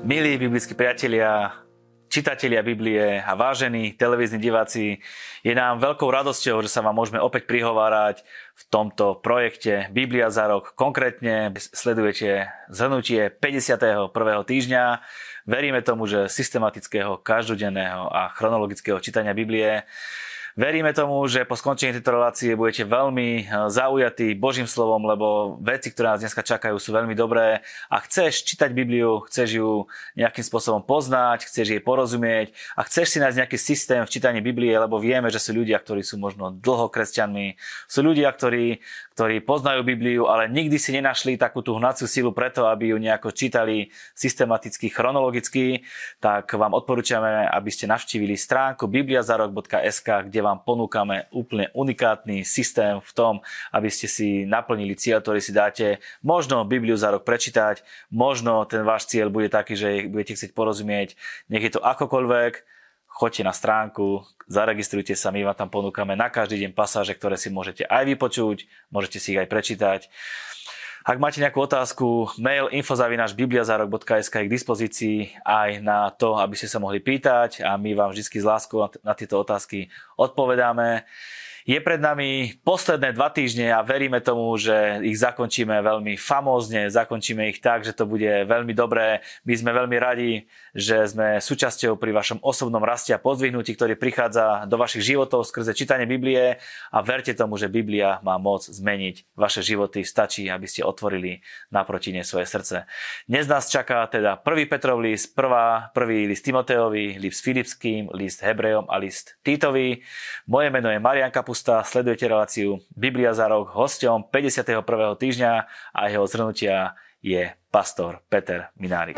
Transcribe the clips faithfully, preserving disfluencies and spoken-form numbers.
Milí biblickí priatelia, čitatelia Biblie a vážení televízni diváci, je nám veľkou radosťou, že sa vám môžeme opäť prihovárať v tomto projekte Biblia za rok. Konkrétne sledujete zhrnutie päťdesiateho prvého týždňa. Veríme tomu, že systematického, každodenného a chronologického čítania Biblie. Veríme tomu, že po skončení tejto relácie budete veľmi zaujatí Božím slovom, lebo veci, ktoré nás dneska čakajú, sú veľmi dobré. A chceš čítať Bibliu, chceš ju nejakým spôsobom poznať, chceš jej porozumieť a chceš si nájsť nejaký systém v čítaní Biblie, lebo vieme, že sú ľudia, ktorí sú možno dlho kresťanmi, sú ľudia, ktorí, ktorí poznajú Bibliu, ale nikdy si nenašli takú tú hnaciu silu preto, aby ju nejako čítali systematicky, chronologicky, tak vám odporúčame, aby ste navštívili stránku bibliazarok bodka es ká, kde vám ponúkame úplne unikátny systém v tom, aby ste si naplnili cieľ, ktorý si dáte. Možno Bibliu za rok prečítať, možno ten váš cieľ bude taký, že budete chcieť porozumieť. Nech je to akokoľvek, choďte na stránku, zaregistrujte sa, my vám tam ponúkame na každý deň pasáže, ktoré si môžete aj vypočuť, môžete si ich aj prečítať. Ak máte nejakú otázku, mail info zavináč bibliazarok bodka es ká je k dispozícii aj na to, aby ste sa mohli pýtať a my vám vždy s láskou na tieto otázky odpovedáme. Je pred nami posledné dva týždne a veríme tomu, že ich zakončíme veľmi famózne, zakončíme ich tak, že to bude veľmi dobré. My sme veľmi radi, že sme súčasťou pri vašom osobnom raste a pozdvihnutí, ktorý prichádza do vašich životov skrze čítanie Biblie a verte tomu, že Biblia má moc zmeniť vaše životy. Stačí, aby ste otvorili naproti nej svoje srdce. Dnes nás čaká teda prvý Petrov list, prvá, prvý list Timotejovi, list Filipským, list Hebrejom a list Týtovi. Moje meno je Marián Kapusta, sledujete reláciu Biblia za rok. Hosťom päťdesiateho prvého týždňa a jeho zhrnutia je pastor Peter Minárik.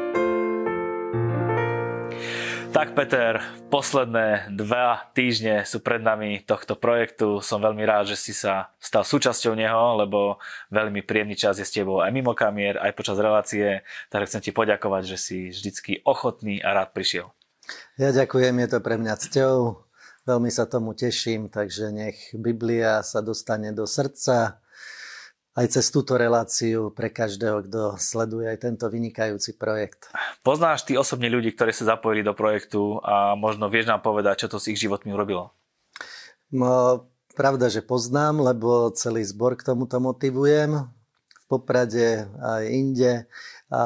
Tak Peter, posledné dva týždne sú pred nami tohto projektu. Som veľmi rád, že si sa stal súčasťou neho, lebo veľmi príjemný čas je s tebou aj mimo kamier, aj počas relácie. Takže chcem ti poďakovať, že si vždycky ochotný a rád prišiel. Ja ďakujem, je to pre mňa cťou. Veľmi sa tomu teším, takže nech Biblia sa dostane do srdca aj cez túto reláciu pre každého, kto sleduje aj tento vynikajúci projekt. Poznáš ty osobne ľudí, ktorí sa zapojili do projektu a možno vieš nám povedať, čo to s ich životmi urobilo? No, pravda, že poznám, lebo celý zbor k tomuto motivujem. V Poprade aj inde. A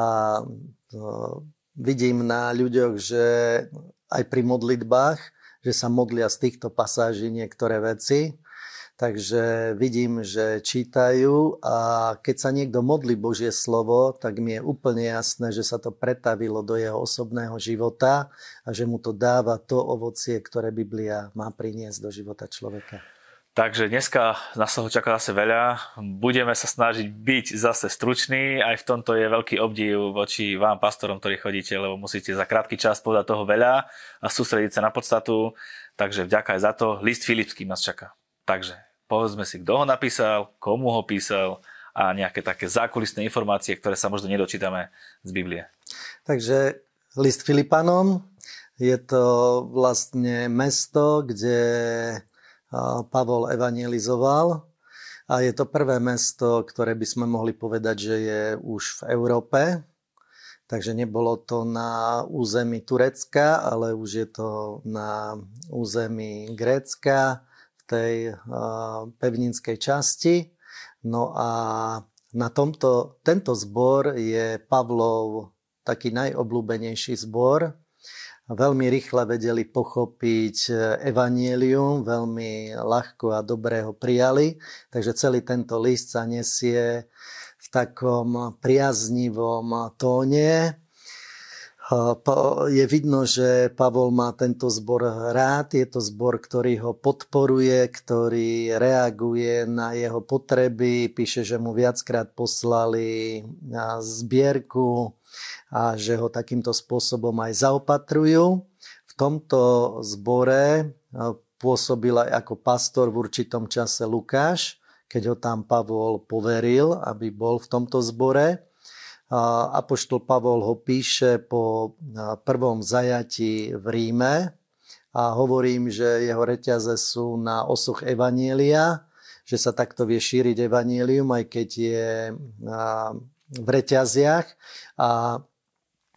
to vidím na ľuďoch, že aj pri modlitbách, že sa modlia z týchto pasáží niektoré veci. Takže vidím, že čítajú a keď sa niekto modlí Božie slovo, tak mi je úplne jasné, že sa to pretavilo do jeho osobného života a že mu to dáva to ovocie, ktoré Biblia má priniesť do života človeka. Takže dneska nás toho čaká zase veľa. Budeme sa snažiť byť zase stručný. Aj v tomto je veľký obdiv voči vám, pastorom, ktorí chodíte, lebo musíte za krátky čas povedať toho veľa a sústrediť sa na podstatu. Takže vďaka aj za to. List Filipským nás čaká. Takže povedzme si, kto ho napísal, komu ho písal a nejaké také zákulisné informácie, ktoré sa možno nedočítame z Biblie. Takže list Filipanom je to vlastne mesto, kde Pavol evangelizoval a je to prvé mesto, ktoré by sme mohli povedať, že je už v Európe. Takže nebolo to na území Turecka, ale už je to na území Grécka, tej uh, pevninskej časti. No a na tomto, tento zbor je Pavlov taký najobľúbenejší zbor. Veľmi rýchle vedeli pochopiť evanjelium, veľmi ľahko a dobre ho prijali. Takže celý tento list sa nesie v takom priaznivom tóne. Je vidno, že Pavol má tento zbor rád, je to zbor, ktorý ho podporuje, ktorý reaguje na jeho potreby, píše, že mu viackrát poslali zbierku a že ho takýmto spôsobom aj zaopatrujú. V tomto zbore pôsobil aj ako pastor v určitom čase Lukáš, keď ho tam Pavol poveril, aby bol v tomto zbore. Apoštol Pavol ho píše po prvom zajatí v Ríme a hovorím, že jeho reťaze sú na osoch evanjelia, že sa takto vie šíriť evanjelium, aj keď je v reťaziach. A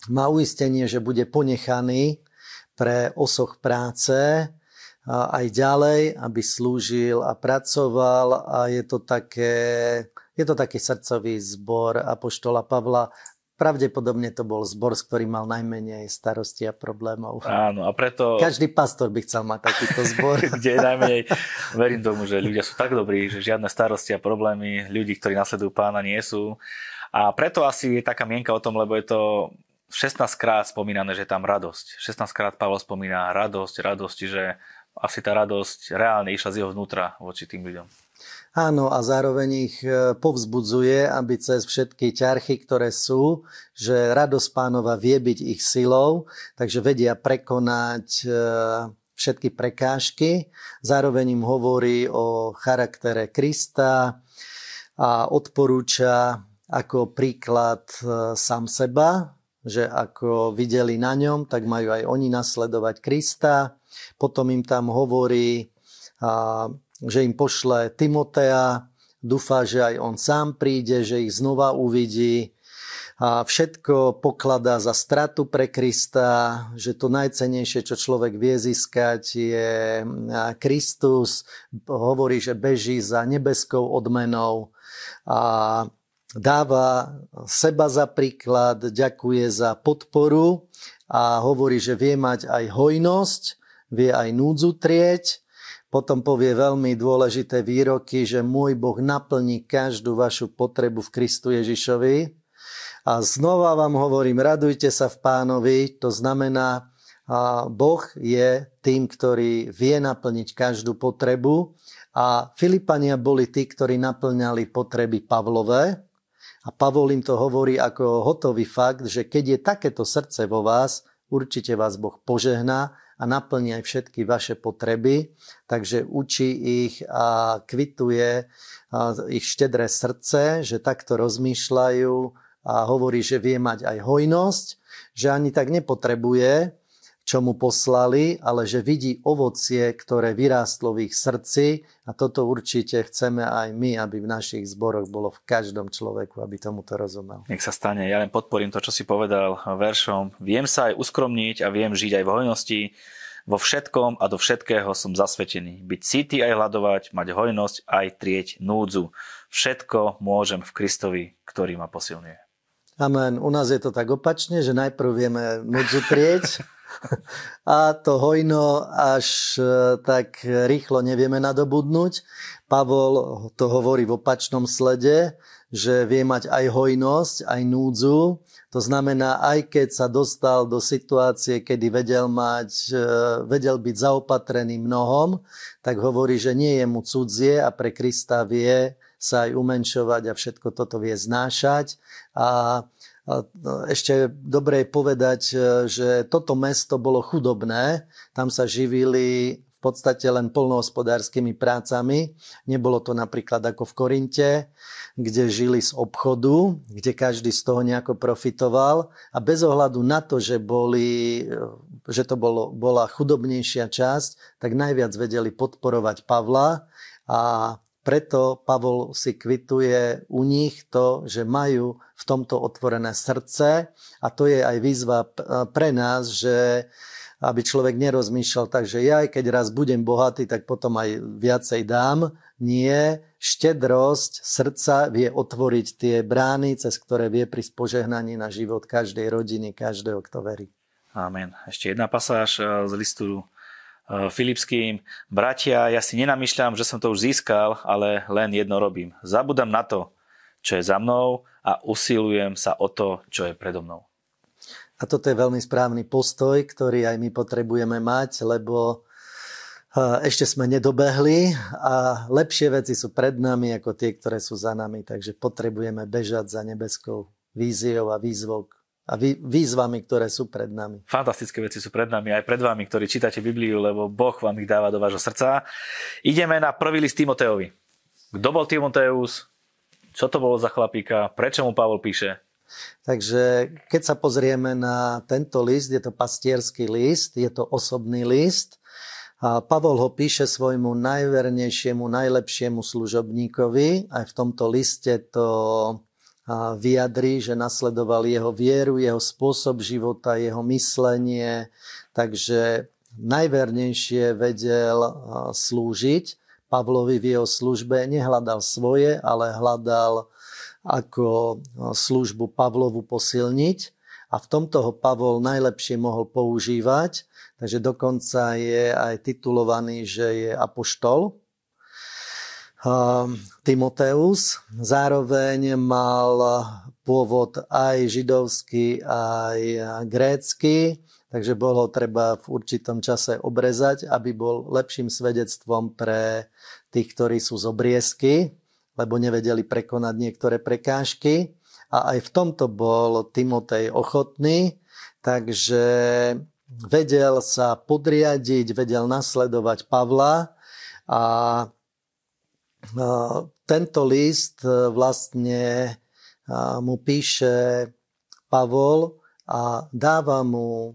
má uistenie, že bude ponechaný pre osoch práce aj ďalej, aby slúžil a pracoval, a je to také, je to taký srdcový zbor apoštola Pavla. Pravdepodobne to bol zbor, s ktorým mal najmenej starosti a problémov. Áno, a preto... Každý pastor by chcel mať takýto zbor. Kde je najmenej, verím tomu, že ľudia sú tak dobrí, že žiadne starosti a problémy ľudí, ktorí nasledujú Pána, nie sú. A preto asi je taká mienka o tom, lebo je to šestnásť krát spomínané, že je tam radosť. šestnásť krát Pavol spomína radosť, radosť, čiže asi tá radosť reálne išla z jeho vnútra voči tým ľuďom. Áno, a zároveň ich povzbudzuje, aby cez všetky ťarchy, ktoré sú, že radosť Pánova vie byť ich silou, takže vedia prekonať všetky prekážky. Zároveň im hovorí o charaktere Krista a odporúča ako príklad sám seba, že ako videli na ňom, tak majú aj oni nasledovať Krista. Potom im tam hovorí, že im pošle Timotea, dúfa, že aj on sám príde, že ich znova uvidí. A všetko pokladá za stratu pre Krista, že to najcennejšie, čo človek vie získať, je Kristus. Hovorí, že beží za nebeskou odmenou a dáva seba za príklad, ďakuje za podporu a hovorí, že vie mať aj hojnosť, vie aj núdzu trieť. Potom povie veľmi dôležité výroky, že môj Boh naplní každú vašu potrebu v Kristu Ježišovi. A znova vám hovorím, radujte sa v Pánovi, to znamená, Boh je tým, ktorý vie naplniť každú potrebu. A Filipania boli tí, ktorí naplňali potreby Pavlové. A Pavol im to hovorí ako hotový fakt, že keď je takéto srdce vo vás, určite vás Boh požehná a naplní aj všetky vaše potreby. Takže učí ich a kvituje ich štedré srdce, že takto rozmýšľajú a hovorí, že vie mať aj hojnosť, že ani tak nepotrebuje, čo mu poslali, ale že vidí ovocie, ktoré vyrástlo v ich srdci, a toto určite chceme aj my, aby v našich zboroch bolo v každom človeku, aby tomuto rozumel. Nech sa stane. Ja len podporím to, čo si povedal veršom. Viem sa aj uskromniť a viem žiť aj v hojnosti. Vo všetkom a do všetkého som zasvetený. Byť sytý aj hladovať, mať hojnosť aj trieť núdzu. Všetko môžem v Kristovi, ktorý ma posilňuje. Amen. U nás je to tak opačne, že najprv vieme núdzu trieť, a to hojno až tak rýchlo nevieme nadobudnúť. Pavol to hovorí v opačnom slede, že vie mať aj hojnosť, aj núdzu. To znamená, aj keď sa dostal do situácie, kedy vedel, mať, vedel byť zaopatrený mnohom, tak hovorí, že nie je mu cudzie a pre Krista vie sa aj umenšovať a všetko toto vie znášať. A A ešte dobre je povedať, že toto mesto bolo chudobné, tam sa živili v podstate len poľnohospodárskymi prácami. Nebolo to napríklad ako v Korinte, kde žili z obchodu, kde každý z toho nejako profitoval, a bez ohľadu na to, že, boli, že to bolo, bola chudobnejšia časť, tak najviac vedeli podporovať Pavla, a preto Pavol si kvituje u nich to, že majú v tomto otvorené srdce, a to je aj výzva pre nás, že aby človek nerozmýšľal tak, že ja keď raz budem bohatý, tak potom aj viacej dám. Nie, štedrosť srdca vie otvoriť tie brány, cez ktoré vie prísť požehnanie na život každej rodiny, každého, kto verí. Amen. Ešte jedna pasáž z listu Filipským. Bratia, ja si nenamýšľam, že som to už získal, ale len jedno robím. Zabudám na to, čo je za mnou, a usilujem sa o to, čo je predo mnou. A toto je veľmi správny postoj, ktorý aj my potrebujeme mať, lebo ešte sme nedobehli a lepšie veci sú pred nami ako tie, ktoré sú za nami. Takže potrebujeme bežať za nebeskou víziou a výzvou a výzvami, ktoré sú pred nami. Fantastické veci sú pred nami, aj pred vami, ktorí čítate Bibliu, lebo Boh vám ich dáva do vášho srdca. Ideme na prvý list Timoteovi. Kto bol Timoteus? Čo to bolo za chlapíka? Prečo mu Pavol píše? Takže keď sa pozrieme na tento list, je to pastierský list, je to osobný list. A Pavol ho píše svojmu najvernejšiemu, najlepšiemu služobníkovi. Aj v tomto liste to vyjadrí, že nasledoval jeho vieru, jeho spôsob života, jeho myslenie, takže najvernejšie vedel slúžiť Pavlovi v jeho službe, nehľadal svoje, ale hľadal ako službu Pavlovu posilniť a v tomto ho Pavol najlepšie mohol používať, takže dokonca je aj titulovaný, že je apoštol. Timoteus zároveň mal pôvod aj židovský, aj grécky, takže bolo treba v určitom čase obrezať, aby bol lepším svedectvom pre tých, ktorí sú z obriezky, lebo nevedeli prekonať niektoré prekážky. A aj v tomto bol Timotej ochotný, takže vedel sa podriadiť, vedel nasledovať Pavla a tento list vlastne mu píše Pavol a dáva mu,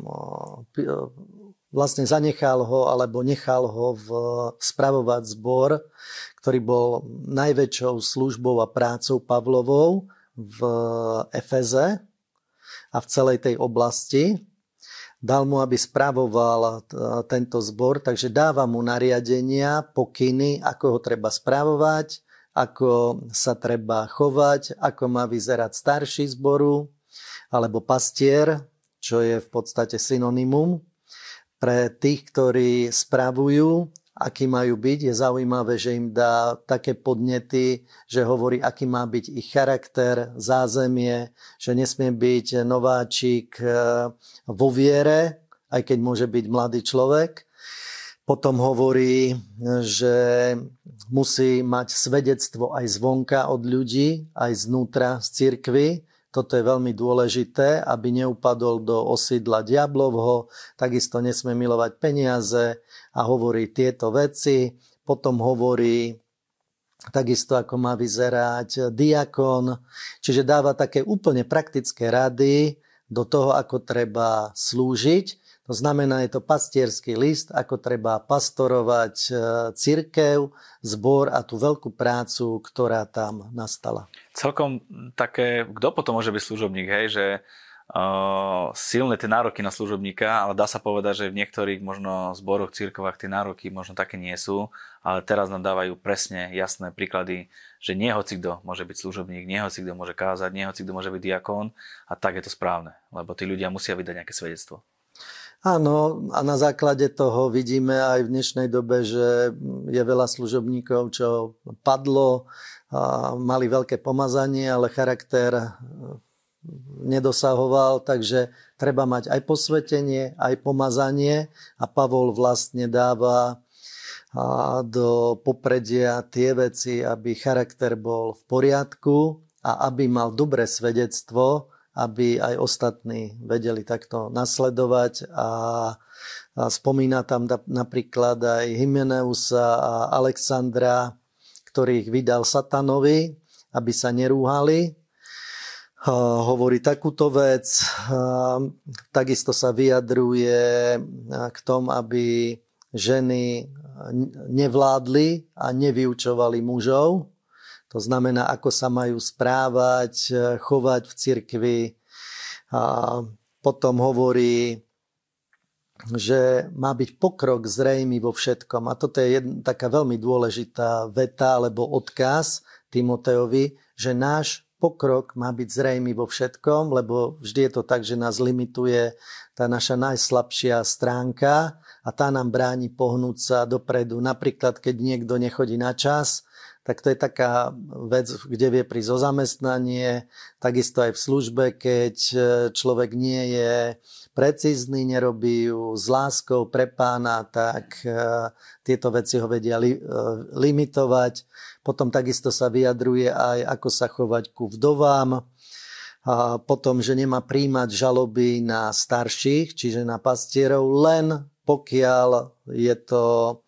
vlastne zanechal ho alebo nechal ho v, spravovať zbor, ktorý bol najväčšou službou a prácou Pavlovou v Efeze a v celej tej oblasti. Dal mu, aby spravoval tento zbor, takže dáva mu nariadenia, pokyny, ako ho treba spravovať, ako sa treba chovať, ako má vyzerať starší zboru, alebo pastier, čo je v podstate synonymum. Pre tých, ktorí spravujú, akí majú byť, je zaujímavé, že im dá také podnety, že hovorí, aký má byť ich charakter, zázemie, že nesmie byť nováčik vo viere, aj keď môže byť mladý človek. Potom hovorí, že musí mať svedectvo aj zvonka od ľudí, aj znútra z cirkvi. Toto je veľmi dôležité, aby neupadol do osídla diablovho, takisto nesmie milovať peniaze a hovorí tieto veci. Potom hovorí takisto, ako má vyzerať diakon, čiže dáva také úplne praktické rady do toho, ako treba slúžiť. To znamená, je to pastierský list, ako treba pastorovať cirkev, zbor a tú veľkú prácu, ktorá tam nastala. Celkom také, kto potom môže byť služobník, hej, že uh, silné tie nároky na služobníka, ale dá sa povedať, že v niektorých možno zboroch, cirkvách tie nároky možno také nie sú, ale teraz nám dávajú presne jasné príklady, že nie hocikto môže byť služobník, nie hocikto môže kázať, nie hocikto môže byť diakón a tak je to správne, lebo tí ľudia musia vydať nejaké svedectvo. Áno, a na základe toho vidíme aj v dnešnej dobe, že je veľa služobníkov, čo padlo, a mali veľké pomazanie, ale charakter nedosahoval, takže treba mať aj posvetenie, aj pomazanie a Pavol vlastne dáva do popredia tie veci, aby charakter bol v poriadku a aby mal dobré svedectvo, aby aj ostatní vedeli takto nasledovať a, a spomína tam napríklad aj Hymeneusa a Alexandra, ktorých vydal satanovi, aby sa nerúhali. A hovorí takúto vec, a takisto sa vyjadruje k tomu, aby ženy nevládli a nevyučovali mužov. To znamená, ako sa majú správať, chovať v cirkvi. A potom hovorí, že má byť pokrok zrejmý vo všetkom. A toto je jedna, taká veľmi dôležitá veta alebo odkaz Timotejovi, že náš pokrok má byť zrejmý vo všetkom, lebo vždy je to tak, že nás limituje tá naša najslabšia stránka a tá nám bráni pohnúť sa dopredu. Napríklad, keď niekto nechodí na čas, tak to je taká vec, kde vie prísť o zamestnanie, takisto aj v službe, keď človek nie je precízny, nerobí ju s láskou pre Pána, tak tieto veci ho vedia li, limitovať. Potom takisto sa vyjadruje aj, ako sa chovať ku vdovám. A potom, že nemá príjmať žaloby na starších, čiže na pastierov, len pokiaľ je to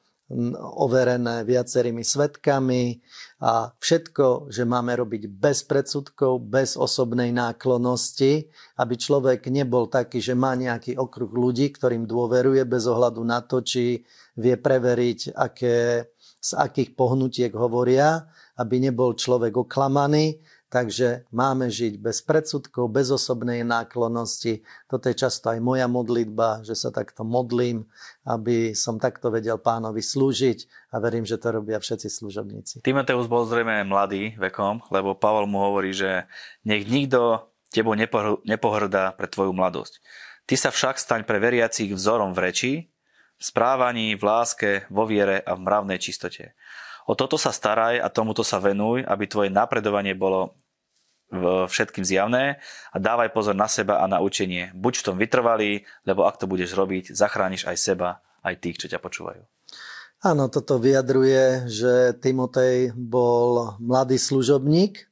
overené viacerými svedkami a všetko, že máme robiť bez predsudkov, bez osobnej náklonnosti, aby človek nebol taký, že má nejaký okruh ľudí, ktorým dôveruje bez ohľadu na to, či vie preveriť, aké, z akých pohnutiek hovoria, aby nebol človek oklamaný. takže máme žiť bez predsudkov, bez osobnej náklonnosti. Toto je často aj moja modlitba, že sa takto modlím, aby som takto vedel Pánovi slúžiť a verím, že to robia všetci služobníci. Timoteus bol zrejme mladý vekom, lebo Pavol mu hovorí, že nech nikto tebou nepohrdá pre tvoju mladosť. Ty sa však staň pre veriacich vzorom v reči, v správaní, v láske, vo viere a v mravnej čistote. O toto sa staraj a tomuto sa venuj, aby tvoje napredovanie bolo všetkým zjavné a dávaj pozor na seba a na učenie. Buď v tom vytrvalý, lebo ak to budeš robiť, zachrániš aj seba, aj tých, čo ťa počúvajú. Áno, toto vyjadruje, že Timotej bol mladý služobník,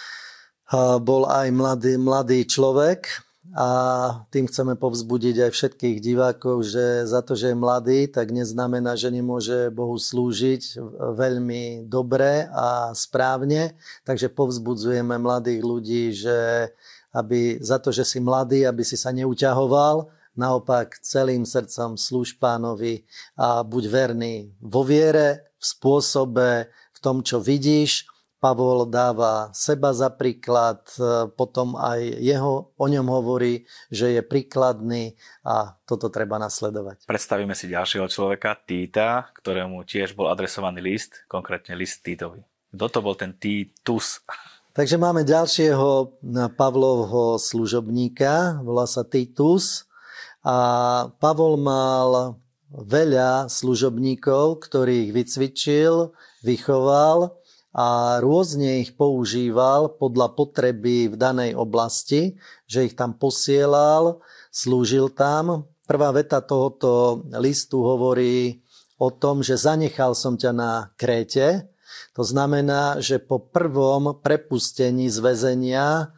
bol aj mladý, mladý človek, a tým chceme povzbudiť aj všetkých divákov, že za to, že je mladý, tak neznamená, že nemôže Bohu slúžiť veľmi dobre a správne. Takže povzbudzujeme mladých ľudí, že aby za to, že si mladý, aby si sa neuťahoval, naopak celým srdcom slúž Pánovi a buď verný vo viere, v spôsobe, v tom, čo vidíš. Pavol dáva seba za príklad, potom aj jeho o ňom hovorí, že je príkladný a toto treba nasledovať. Predstavíme si ďalšieho človeka, Týta, ktorému tiež bol adresovaný list, konkrétne list Týtovi. Kto to bol ten Titus? Takže máme ďalšieho Pavlovho služobníka, volá sa Titus a Pavol mal veľa služobníkov, ktorých vycvičil, vychoval a rôzne ich používal podľa potreby v danej oblasti, že ich tam posielal, slúžil tam. Prvá veta tohoto listu hovorí o tom, že zanechal som ťa na Kréte. To znamená, že po prvom prepustení z väzenia,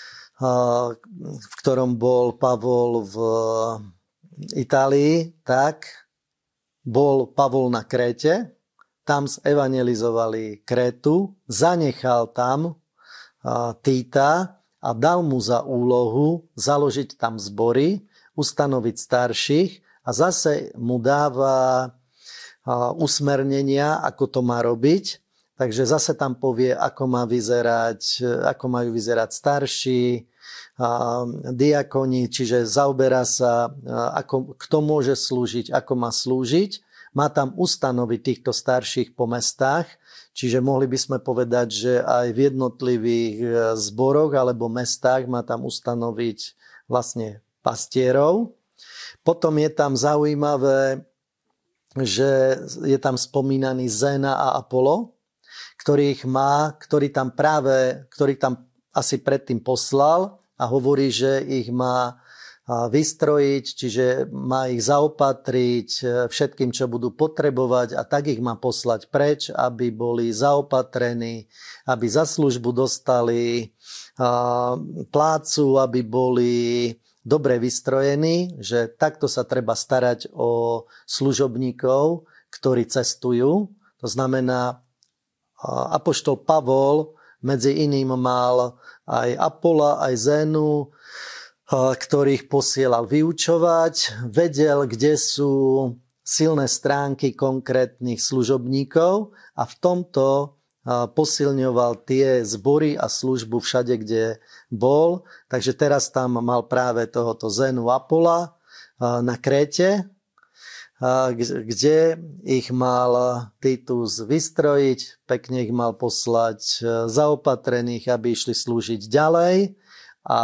v ktorom bol Pavol v Itálii, tak bol Pavol na Kréte. Tam zevangelizovali Krétu, zanechal tam Týta a dal mu za úlohu založiť tam zbory, ustanoviť starších a zase mu dáva usmernenia, ako to má robiť. Takže zase tam povie, ako má vyzerať, ako majú vyzerať starší, diakoni, čiže zaoberá sa, ako, kto môže slúžiť, ako má slúžiť. Má tam ustanoviť týchto starších po mestách, čiže mohli by sme povedať, že aj v jednotlivých zboroch alebo mestách má tam ustanoviť vlastne pastierov. Potom je tam zaujímavé, že je tam spomínaný Zéna a Apollo, ktorých má, ktorý tam práve, ktorý tam asi predtým poslal a hovorí, že ich má vystrojiť, čiže má ich zaopatriť všetkým, čo budú potrebovať a tak ich má poslať preč, aby boli zaopatrení, aby za službu dostali plácu, aby boli dobre vystrojení, že takto sa treba starať o služobníkov, ktorí cestujú. To znamená, apoštol Pavol medzi iným mal aj Apola, aj Zénu, ktorých posielal vyučovať, vedel, kde sú silné stránky konkrétnych služobníkov a v tomto posilňoval tie zbory a službu všade, kde bol. Takže teraz tam mal práve tohoto Zénu Apola na Kréte, kde ich mal Titus vystrojiť, pekne ich mal poslať zaopatrených, aby išli slúžiť ďalej a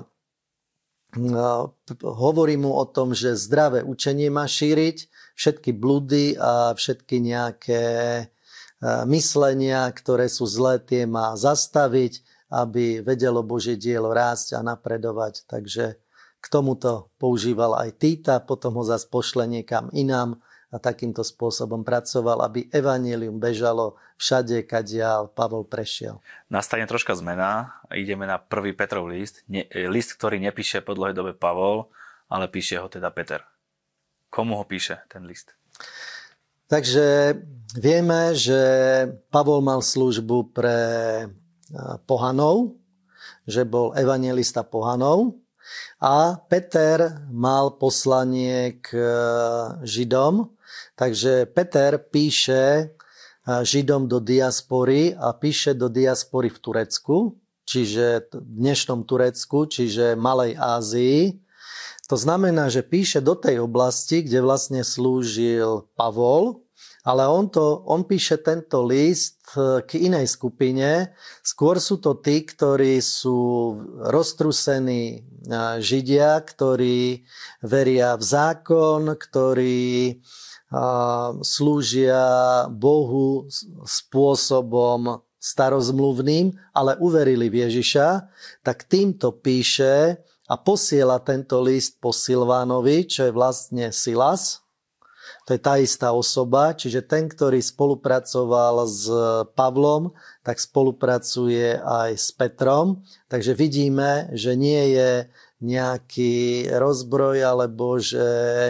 hovorí mu o tom, že zdravé učenie má šíriť, všetky bludy a všetky nejaké myslenia, ktoré sú zlé, tie má zastaviť, aby vedelo Božie dielo rásť a napredovať. Takže k tomuto používal aj Týta, potom ho zase pošle niekam inám a takýmto spôsobom pracoval, aby evanjelium bežalo všade, kadiaľ Pavol prešiel. Nastane troška zmena, ideme na prvý Petrov list, ne, list, ktorý nepíše po dlhej dobe Pavol, ale píše ho teda Peter. Komu ho píše ten list? Takže vieme, že Pavol mal službu pre pohanov, že bol evanjelista pohanov a Peter mal poslanie k Židom. Takže Peter píše Židom do diaspory a píše do diaspory v Turecku, čiže v dnešnom Turecku, čiže Malej Ázii. To znamená, že píše do tej oblasti, kde vlastne slúžil Pavol, ale on, to, on píše tento list k inej skupine. Skôr sú to tí, ktorí sú roztrúsení Židia, ktorí veria v zákon, ktorí slúžia Bohu spôsobom starozmluvným, ale uverili v Ježiša, tak týmto píše a posiela tento list po Silvánovi, čo je vlastne Silas. To je tá istá osoba, čiže ten, ktorý spolupracoval s Pavlom, tak spolupracuje aj s Petrom. Takže vidíme, že nie je nejaký rozbroj, alebo že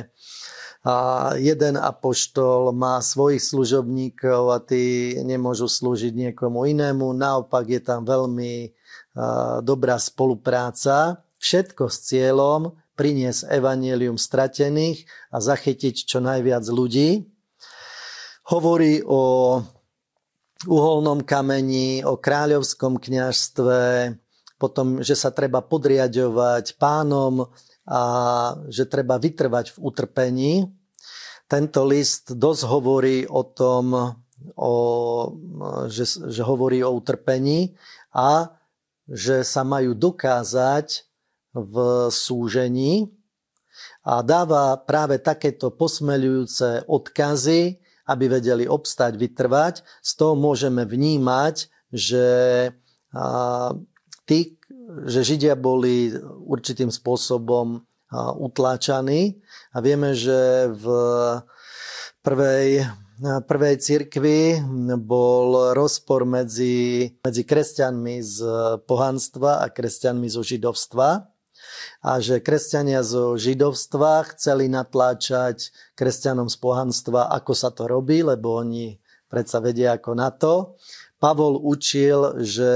jeden apoštol má svojich služobníkov a tí nemôžu slúžiť niekomu inému. Naopak je tam veľmi dobrá spolupráca. Všetko s cieľom priniesť evanjelium stratených a zachytiť čo najviac ľudí. Hovorí o uholnom kameni, o kráľovskom kňazstve, potom, že sa treba podriaďovať pánom a že treba vytrvať v utrpení. Tento list dosť hovorí o tom, o, že, že hovorí o utrpení a že sa majú dokázať v súžení a dáva práve takéto posmeľujúce odkazy, aby vedeli obstať, vytrvať. Z toho môžeme vnímať, že, a, tí, že Židia boli určitým spôsobom a, utláčaní a vieme, že v prvej, prvej cirkvi bol rozpor medzi, medzi kresťanmi z pohanstva a kresťanmi zo židovstva. A že kresťania zo židovstva chceli natláčať kresťanom z pohanstva, ako sa to robí, lebo oni predsa vedia ako na to. Pavol učil, že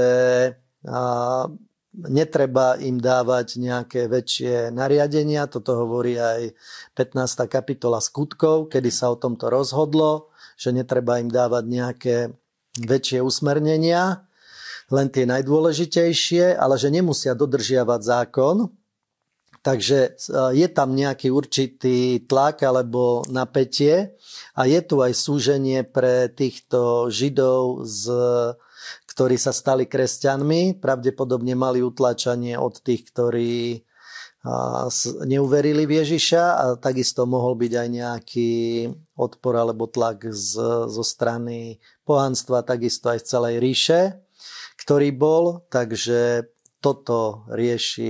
netreba im dávať nejaké väčšie nariadenia. Toto hovorí aj pätnásta kapitola Skutkov, kedy sa o tomto rozhodlo, že netreba im dávať nejaké väčšie usmernenia, len tie najdôležitejšie, ale že nemusia dodržiavať zákon. Takže je tam nejaký určitý tlak alebo napätie a je tu aj súženie pre týchto Židov, z, ktorí sa stali kresťanmi. Pravdepodobne mali utlačanie od tých, ktorí neuverili v Ježiša a takisto mohol byť aj nejaký odpor alebo tlak z, zo strany pohanstva, takisto aj z celej ríše, ktorý bol. Takže toto rieši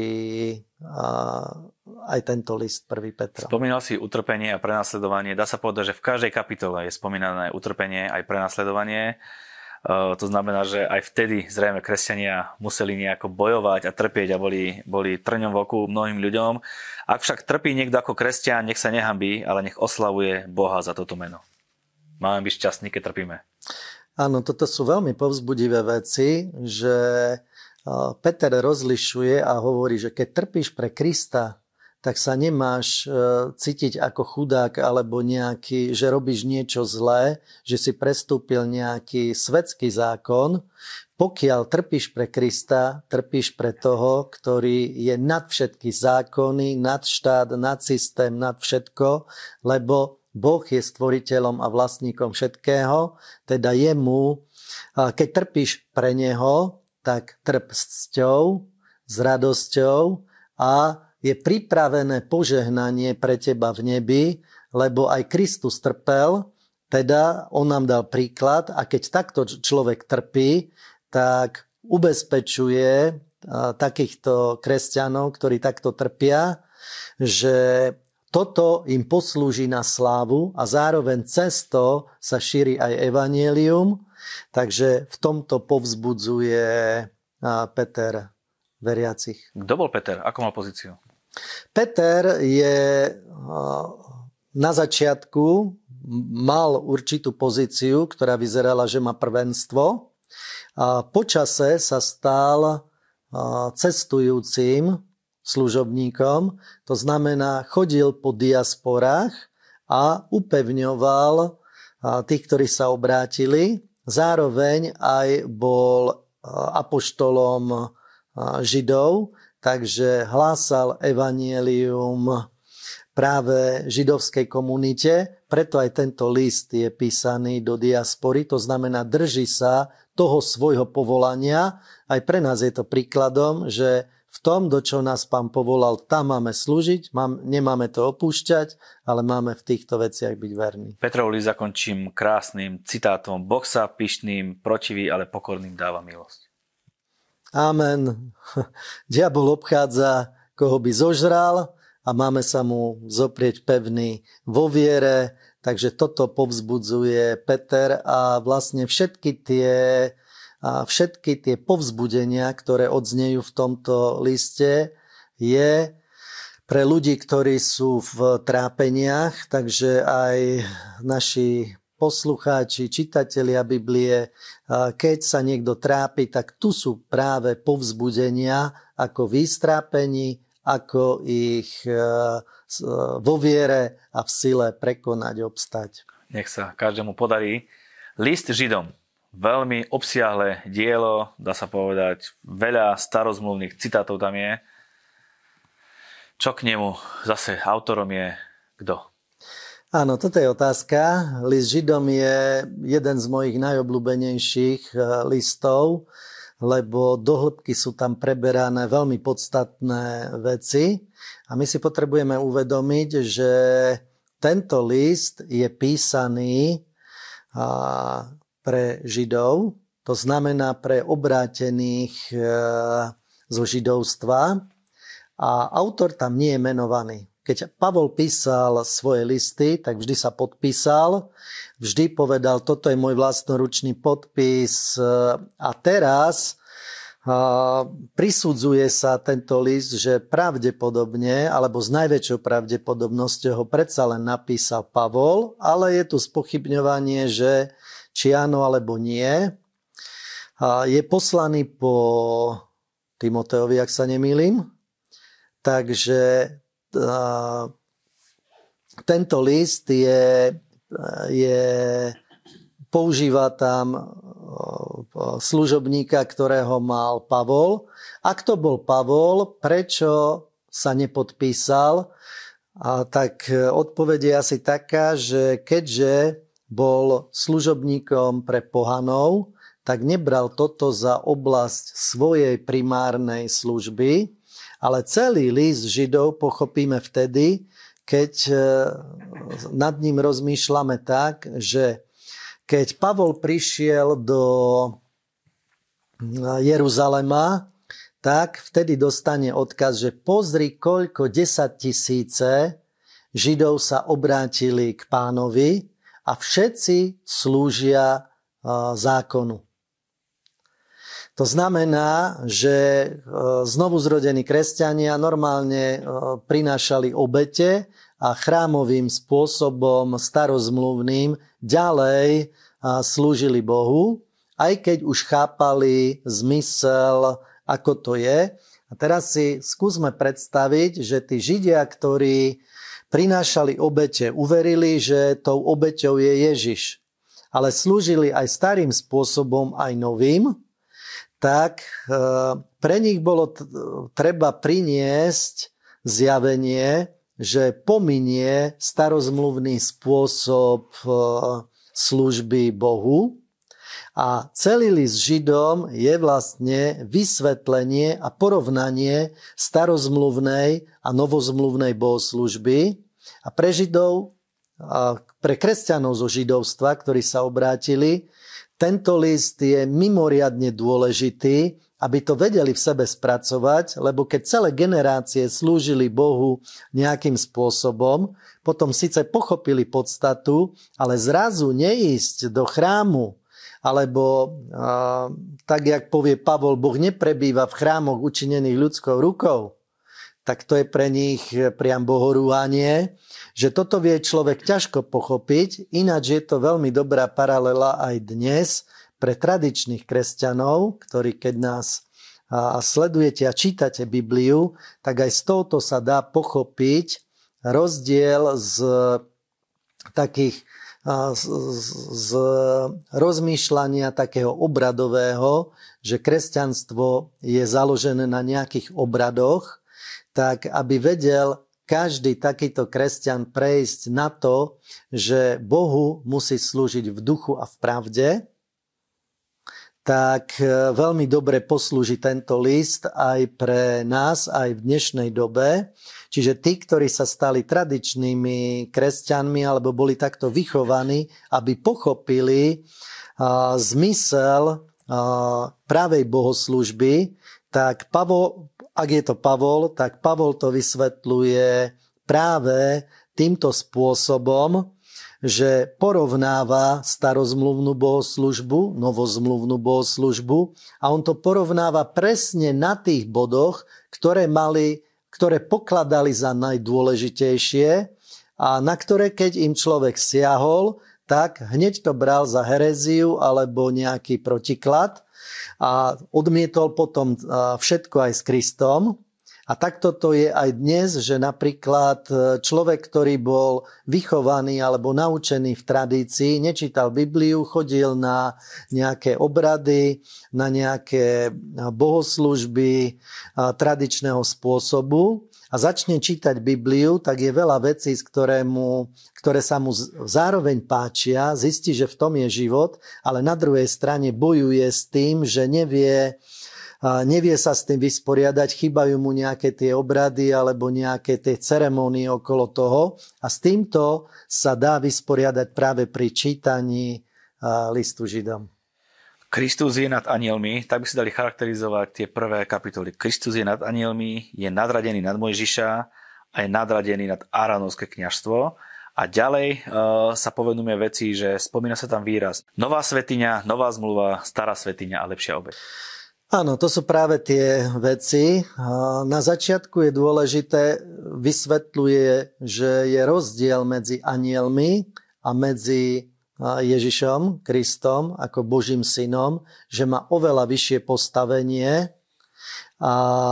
aj tento list prvý Petra. Spomínal si utrpenie a prenasledovanie. Dá sa povedať, že v každej kapitole je spomínané utrpenie aj prenasledovanie. To znamená, že aj vtedy zrejme kresťania museli nejako bojovať a trpieť a boli, boli trňom v oku mnohým ľuďom. Ak však trpí niekto ako kresťan, nech sa nehambí, ale nech oslavuje Boha za toto meno. Máme byť šťastní, keď trpíme. Áno, toto sú veľmi povzbudivé veci, že Peter rozlišuje a hovorí, že keď trpíš pre Krista, tak sa nemáš cítiť ako chudák alebo nejaký, že robíš niečo zlé, že si prestúpil nejaký svetský zákon. Pokiaľ trpíš pre Krista, trpíš pre toho, ktorý je nad všetky zákony, nad štát, nad systém, nad všetko, lebo Boh je stvoriteľom a vlastníkom všetkého, teda jemu, keď trpíš pre neho, tak trp s cťou, s radosťou a je pripravené požehnanie pre teba v nebi, lebo aj Kristus trpel, teda on nám dal príklad a keď takto človek trpí, tak ubezpečuje takýchto kresťanov, ktorí takto trpia, že toto im poslúži na slávu a zároveň cez to sa šíri aj evanjelium. Takže v tomto povzbudzuje Peter veriacich. Kto bol Peter? Ako mal pozíciu? Peter je na začiatku mal určitú pozíciu, ktorá vyzerala, že má prvenstvo. A počase sa stal cestujúcim služobníkom. To znamená, chodil po diasporách a upevňoval tých, ktorí sa obrátili. Zároveň aj bol apoštolom Židov, takže hlásal evanjelium práve židovskej komunite, preto aj tento list je písaný do diaspory, to znamená, drží sa toho svojho povolania. Aj pre nás je to príkladom, že v tom, do čo nás Pán povolal, tam máme slúžiť, mám, nemáme to opúšťať, ale máme v týchto veciach byť verní. Petrov list zakončím krásnym citátom. Boh sa pyšným protiví, ale pokorným dáva milosť. Amen. Diabol obchádza, koho by zožral, a máme sa mu zoprieť pevný vo viere, takže toto povzbudzuje Peter a vlastne všetky tie, a všetky tie povzbudenia, ktoré odznejú v tomto liste, je pre ľudí, ktorí sú v trápeniach, takže aj naši poslucháči, čitatelia Biblie, keď sa niekto trápi, tak tu sú práve povzbudenia, ako v istrápení, ako ich vo viere a v sile prekonať, obstať. Nech sa každému podarí. List Židom. Veľmi obsiahle dielo, dá sa povedať. Veľa starozmluvných citátov tam je. Čo k nemu? Zase autorom je kto? Áno, toto je otázka. List Židom je jeden z mojich najobľúbenejších listov, lebo do hĺbky sú tam preberané veľmi podstatné veci. A my si potrebujeme uvedomiť, že tento list je písaný pre Židov, to znamená pre obrátených zo židovstva, a autor tam nie je menovaný. Keď Pavol písal svoje listy, tak vždy sa podpísal, vždy povedal, toto je môj vlastnoručný podpis, a teraz prisudzuje sa tento list, že pravdepodobne, alebo s najväčšou pravdepodobnosťou ho predsa len napísal Pavol, ale je tu spochybňovanie, že či áno alebo nie. Je poslaný po Timoteovi, ak sa nemýlim, takže tento list je, je, používa tam služobníka, ktorého mal Pavol. Ak to bol Pavol, prečo sa nepodpísal? A tak odpoveď je asi taká, že keďže bol služobníkom pre pohanov, tak nebral toto za oblasť svojej primárnej služby, ale celý list Židov pochopíme vtedy, keď nad ním rozmýšľame tak, že keď Pavol prišiel do Jeruzalema, tak vtedy dostane odkaz, že pozri, koľko desaťtisíce Židov sa obrátili k Pánovi a všetci slúžia zákonu. To znamená, že znovuzrodení kresťania normálne prinášali obete a chrámovým spôsobom starozmluvným ďalej slúžili Bohu, aj keď už chápali zmysel, ako to je. A teraz si skúsme predstaviť, že tí Židia, ktorí prinášali obete, uverili, že tou obeťou je Ježiš, ale slúžili aj starým spôsobom, aj novým, tak pre nich bolo treba priniesť zjavenie, že pominie starozmluvný spôsob služby Bohu, a celý list Židom je vlastne vysvetlenie a porovnanie starozmluvnej a novozmluvnej bohoslužby. A pre Židov, a pre kresťanov zo židovstva, ktorí sa obrátili, tento list je mimoriadne dôležitý, aby to vedeli v sebe spracovať, lebo keď celé generácie slúžili Bohu nejakým spôsobom, potom síce pochopili podstatu, ale zrazu neísť do chrámu, alebo a, tak, jak povie Pavol, Boh neprebýva v chrámoch učinených ľudskou rukou, tak to je pre nich priam bohorúhanie, že toto vie človek ťažko pochopiť, ináč je to veľmi dobrá paralela aj dnes pre tradičných kresťanov, ktorí keď nás a, sledujete a čítate Bibliu, tak aj z tohoto sa dá pochopiť rozdiel z takých z, z rozmýšľania takého obradového, že kresťanstvo je založené na nejakých obradoch, tak aby vedel každý takýto kresťan prejsť na to, že Bohu musí slúžiť v duchu a v pravde, tak veľmi dobre poslúži tento list aj pre nás, aj v dnešnej dobe. Čiže tí, ktorí sa stali tradičnými kresťanmi alebo boli takto vychovaní, aby pochopili uh, zmysel uh, pravej bohoslúžby, tak Pavol, ak je to Pavol, tak Pavol to vysvetľuje práve týmto spôsobom, že porovnáva starozmluvnú bohoslúžbu, novozmluvnú bohoslúžbu a on to porovnáva presne na tých bodoch, ktoré mali, ktoré pokladali za najdôležitejšie a na ktoré keď im človek siahol, tak hneď to bral za heréziu alebo nejaký protiklad a odmietol potom všetko aj s Kristom. A takto to je aj dnes, že napríklad človek, ktorý bol vychovaný alebo naučený v tradícii, nečítal Bibliu, chodil na nejaké obrady, na nejaké bohoslúžby tradičného spôsobu a začne čítať Bibliu, tak je veľa vecí, ktoré, mu, ktoré sa mu zároveň páčia, zistí, že v tom je život, ale na druhej strane bojuje s tým, že nevie nevie sa s tým vysporiadať, chýbajú mu nejaké tie obrady alebo nejaké tie ceremónie okolo toho a s týmto sa dá vysporiadať práve pri čítaní listu Židom. Kristus je nad anielmi, tak by si dali charakterizovať tie prvé kapitoly. Kristus je nad anielmi, je nadradený nad Mojžiša a je nadradený nad Áronovské kňazstvo. A ďalej uh, sa povedujeme veci, že spomína sa tam výraz nová svätyňa, nová zmluva, stará svätyňa a lepšia obeť. Áno, to sú práve tie veci. Na začiatku je dôležité, vysvetľuje, že je rozdiel medzi anielmi a medzi Ježišom, Kristom, ako Božím synom, že má oveľa vyššie postavenie a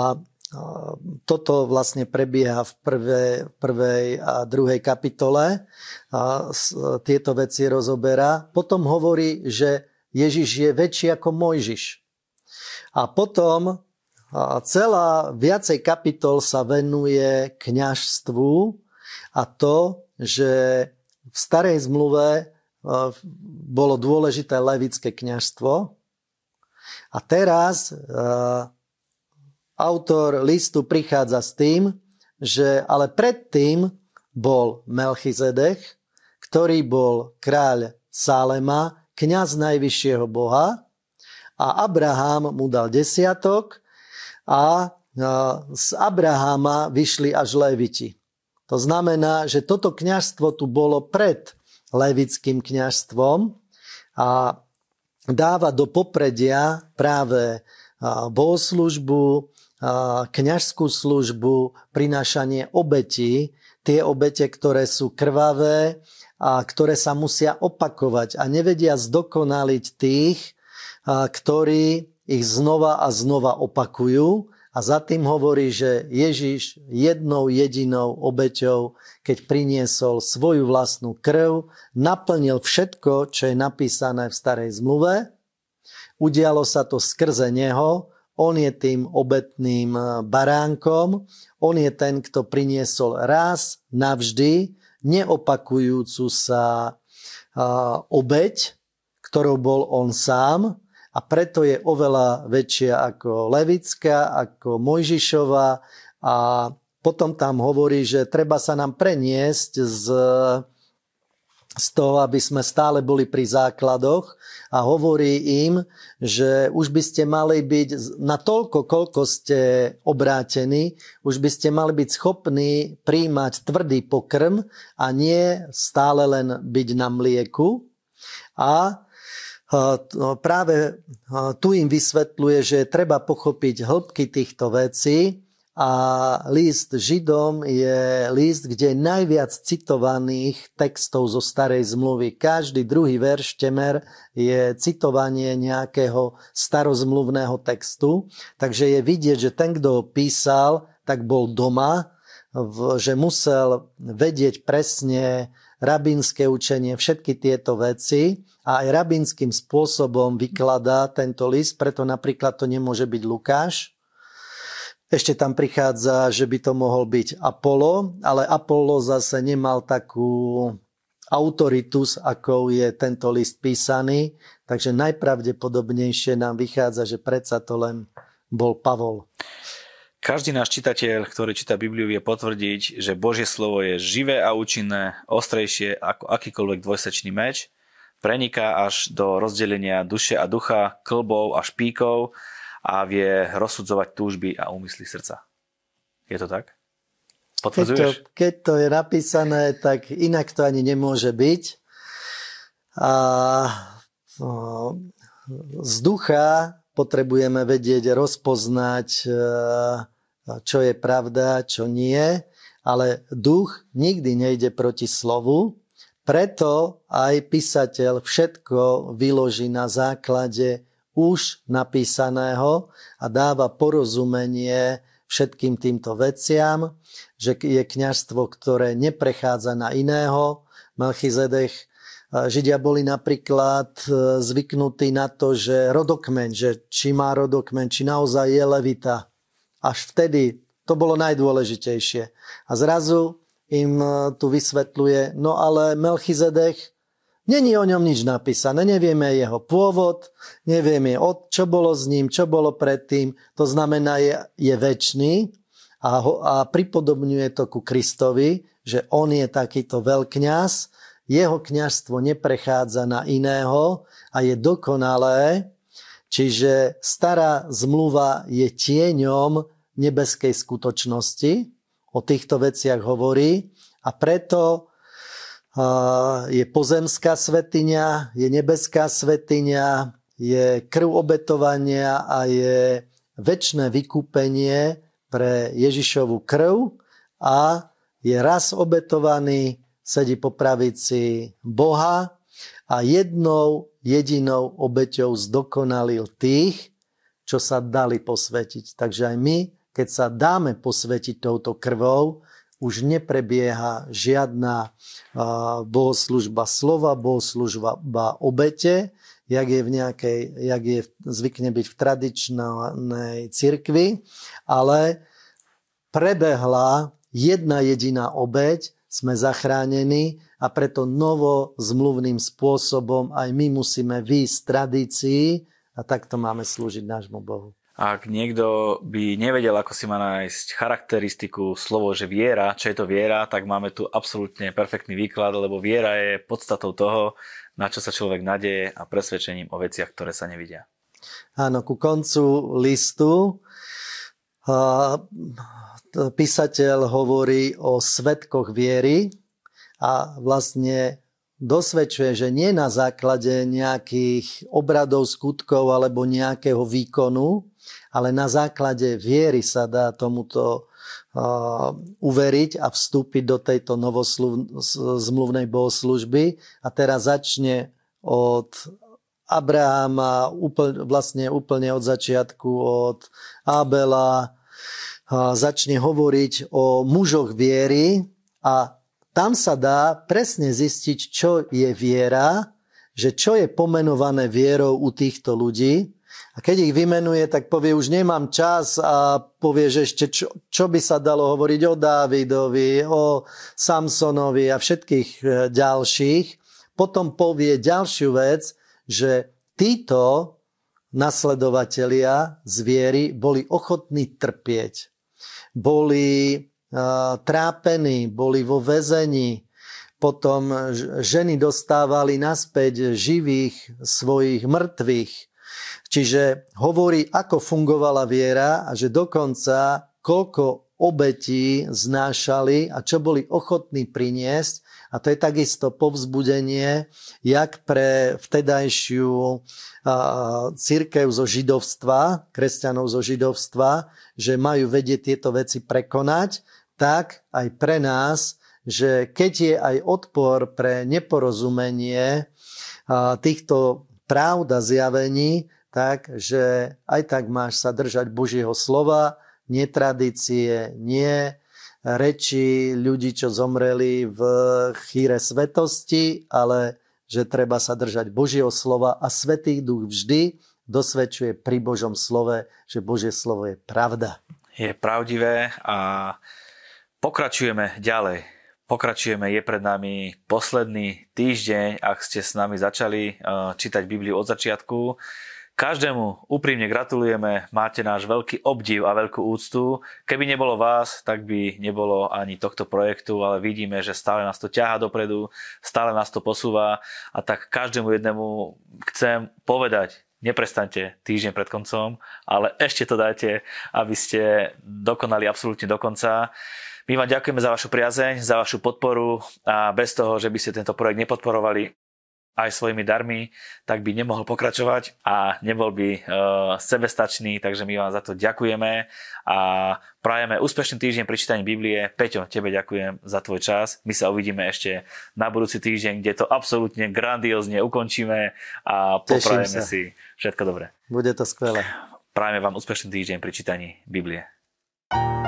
toto vlastne prebieha v prvej, prvej a druhej kapitole. A tieto veci rozoberá. Potom hovorí, že Ježiš je väčší ako Mojžiš. A potom celá viacej kapitol sa venuje kňažstvu a to, že v starej zmluve bolo dôležité levické kňažstvo. A teraz autor listu prichádza s tým, že ale predtým bol Melchizedek, ktorý bol kráľ Sálema, kňaz najvyššieho Boha, a Abraham mu dal desiatok a z Abrahama vyšli až Leviti. To znamená, že toto kňazstvo tu bolo pred levickým kňazstvom a dáva do popredia práve bohoslúžbu, kňažskú službu, prinášanie obetí, tie obete, ktoré sú krvavé a ktoré sa musia opakovať a nevedia zdokonaliť tých, ktorí ich znova a znova opakujú a za tým hovorí, že Ježiš jednou jedinou obeťou, keď priniesol svoju vlastnú krv, naplnil všetko, čo je napísané v starej zmluve. Udialo sa to skrze neho, on je tým obetným baránkom, on je ten, kto priniesol raz navždy neopakujúcu sa obeť, ktorou bol on sám, a preto je oveľa väčšia ako levická, ako Mojžišova a potom tam hovorí, že treba sa nám preniesť z, z toho, aby sme stále boli pri základoch a hovorí im, že už by ste mali byť na toľko, koľko ste obrátení, už by ste mali byť schopní príjmať tvrdý pokrm a nie stále len byť na mlieku. A práve tu im vysvetľuje, že treba pochopiť hĺbky týchto vecí a list Židom je list, kde je najviac citovaných textov zo starej zmluvy. Každý druhý verš temer je citovanie nejakého starozmluvného textu, takže je vidieť, že ten, kto ho písal, tak bol doma, že musel vedieť presne rabínske učenie, všetky tieto veci a aj rabínskym spôsobom vykladá tento list, preto napríklad to nemôže byť Lukáš. Ešte tam prichádza, že by to mohol byť Apollo, ale Apollo zase nemal takú autoritus, akou je tento list písaný, takže najpravdepodobnejšie nám vychádza, že predsa to len bol Pavol. Každý náš čitateľ, ktorý číta Bibliu, vie potvrdiť, že Božie slovo je živé a účinné, ostrejšie ako akýkoľvek dvojsečný meč, preniká až do rozdelenia duše a ducha, kĺbov a špíkov a vie rozsudzovať túžby a úmysly srdca. Je to tak? Potvrdzuješ? Keď to, keď to je napísané, tak inak to ani nemôže byť. A z ducha potrebujeme vedieť, rozpoznať, čo je pravda, čo nie, ale duch nikdy nejde proti slovu, preto aj písateľ všetko vyloží na základe už napísaného a dáva porozumenie všetkým týmto veciam, že je kňazstvo, ktoré neprechádza na iného. Melchizedek, Židia boli napríklad zvyknutí na to, že rodokmeň, že či má rodokmeň, či naozaj je levita. Až vtedy to bolo najdôležitejšie. A zrazu im tu vysvetľuje, no ale Melchizedek, není o ňom nič napísané, nevieme jeho pôvod, nevieme, čo bolo s ním, čo bolo predtým, to znamená, je, je večný a, ho, a pripodobňuje to ku Kristovi, že on je takýto veľkňaz, jeho kňazstvo neprechádza na iného a je dokonalé, čiže stará zmluva je tieňom nebeskej skutočnosti, o týchto veciach hovorí a preto je pozemská svätyňa, je nebeská svätyňa, je krv obetovania a je večné vykúpenie pre Ježišovu krv a je raz obetovaný, sedí po pravici Boha a jednou jedinou obeťou zdokonalil tých, čo sa dali posvetiť. Takže aj my, keď sa dáme posvetiť touto krvou, už neprebieha žiadna bohoslužba slova, bohoslužba obete, jak je, v nejakej, jak je zvykne byť v tradičnej cirkvi, ale prebehla jedna jediná obeť, sme zachránení a preto novozmluvným spôsobom aj my musíme výjsť z tradícií a takto máme slúžiť nášmu Bohu. Ak niekto by nevedel, ako si má nájsť charakteristiku slovo, že viera, čo je to viera, tak máme tu absolútne perfektný výklad, lebo viera je podstatou toho, na čo sa človek nadeje a presvedčením o veciach, ktoré sa nevidia. Áno, ku koncu listu písateľ hovorí o svedkoch viery a vlastne dosvedčuje, že nie na základe nejakých obradov, skutkov alebo nejakého výkonu, ale na základe viery sa dá tomuto uh, uveriť a vstúpiť do tejto novozmluvnej bohoslužby. A teraz začne od Abrahama, úplne, vlastne úplne od začiatku, od Abela, uh, začne hovoriť o mužoch viery a tam sa dá presne zistiť, čo je viera, že čo je pomenované vierou u týchto ľudí. A keď ich vymenuje, tak povie, už nemám čas a povie, že ešte čo, čo by sa dalo hovoriť o Dávidovi, o Samsonovi a všetkých ďalších. Potom povie ďalšiu vec, že títo nasledovatelia z viery boli ochotní trpieť. Boli trápení, boli vo väzení, potom ženy dostávali naspäť živých svojich mŕtvych. Čiže hovorí, ako fungovala viera a že dokonca koľko obetí znášali a čo boli ochotní priniesť. A to je takisto povzbudenie, jak pre vtedajšiu cirkev zo židovstva, kresťanov zo židovstva, že majú vedieť tieto veci prekonať, tak aj pre nás, že keď je aj odpor pre neporozumenie týchto pravd a zjavení, tak, že aj tak máš sa držať Božieho slova, nie tradície, nie reči ľudí, čo zomreli v chýre svetosti, ale že treba sa držať Božieho slova a Svätý Duch vždy dosvedčuje pri Božom slove, že Božie slovo je pravda. Je pravdivé a pokračujeme ďalej. Pokračujeme, je pred nami posledný týždeň, ak ste s nami začali čítať Bibliu od začiatku. Každému úprimne gratulujeme, máte náš veľký obdiv a veľkú úctu. Keby nebolo vás, tak by nebolo ani tohto projektu, ale vidíme, že stále nás to ťahá dopredu, stále nás to posúva a tak každému jednému chcem povedať, neprestaňte týždeň pred koncom, ale ešte to dajte, aby ste dokonali absolútne do konca. My vám ďakujeme za vašu priazeň, za vašu podporu a bez toho, že by ste tento projekt nepodporovali aj svojimi darmi, tak by nemohol pokračovať a nebol by uh, sebestačný, takže my vám za to ďakujeme a prajeme úspešný týždeň pri čítaní Biblie. Peťo, tebe ďakujem za tvoj čas. My sa uvidíme ešte na budúci týždeň, kde to absolútne grandiózne ukončíme a poprajeme si všetko dobré. Bude to skvelé. Prajeme vám úspešný týždeň pri čítaní Biblie.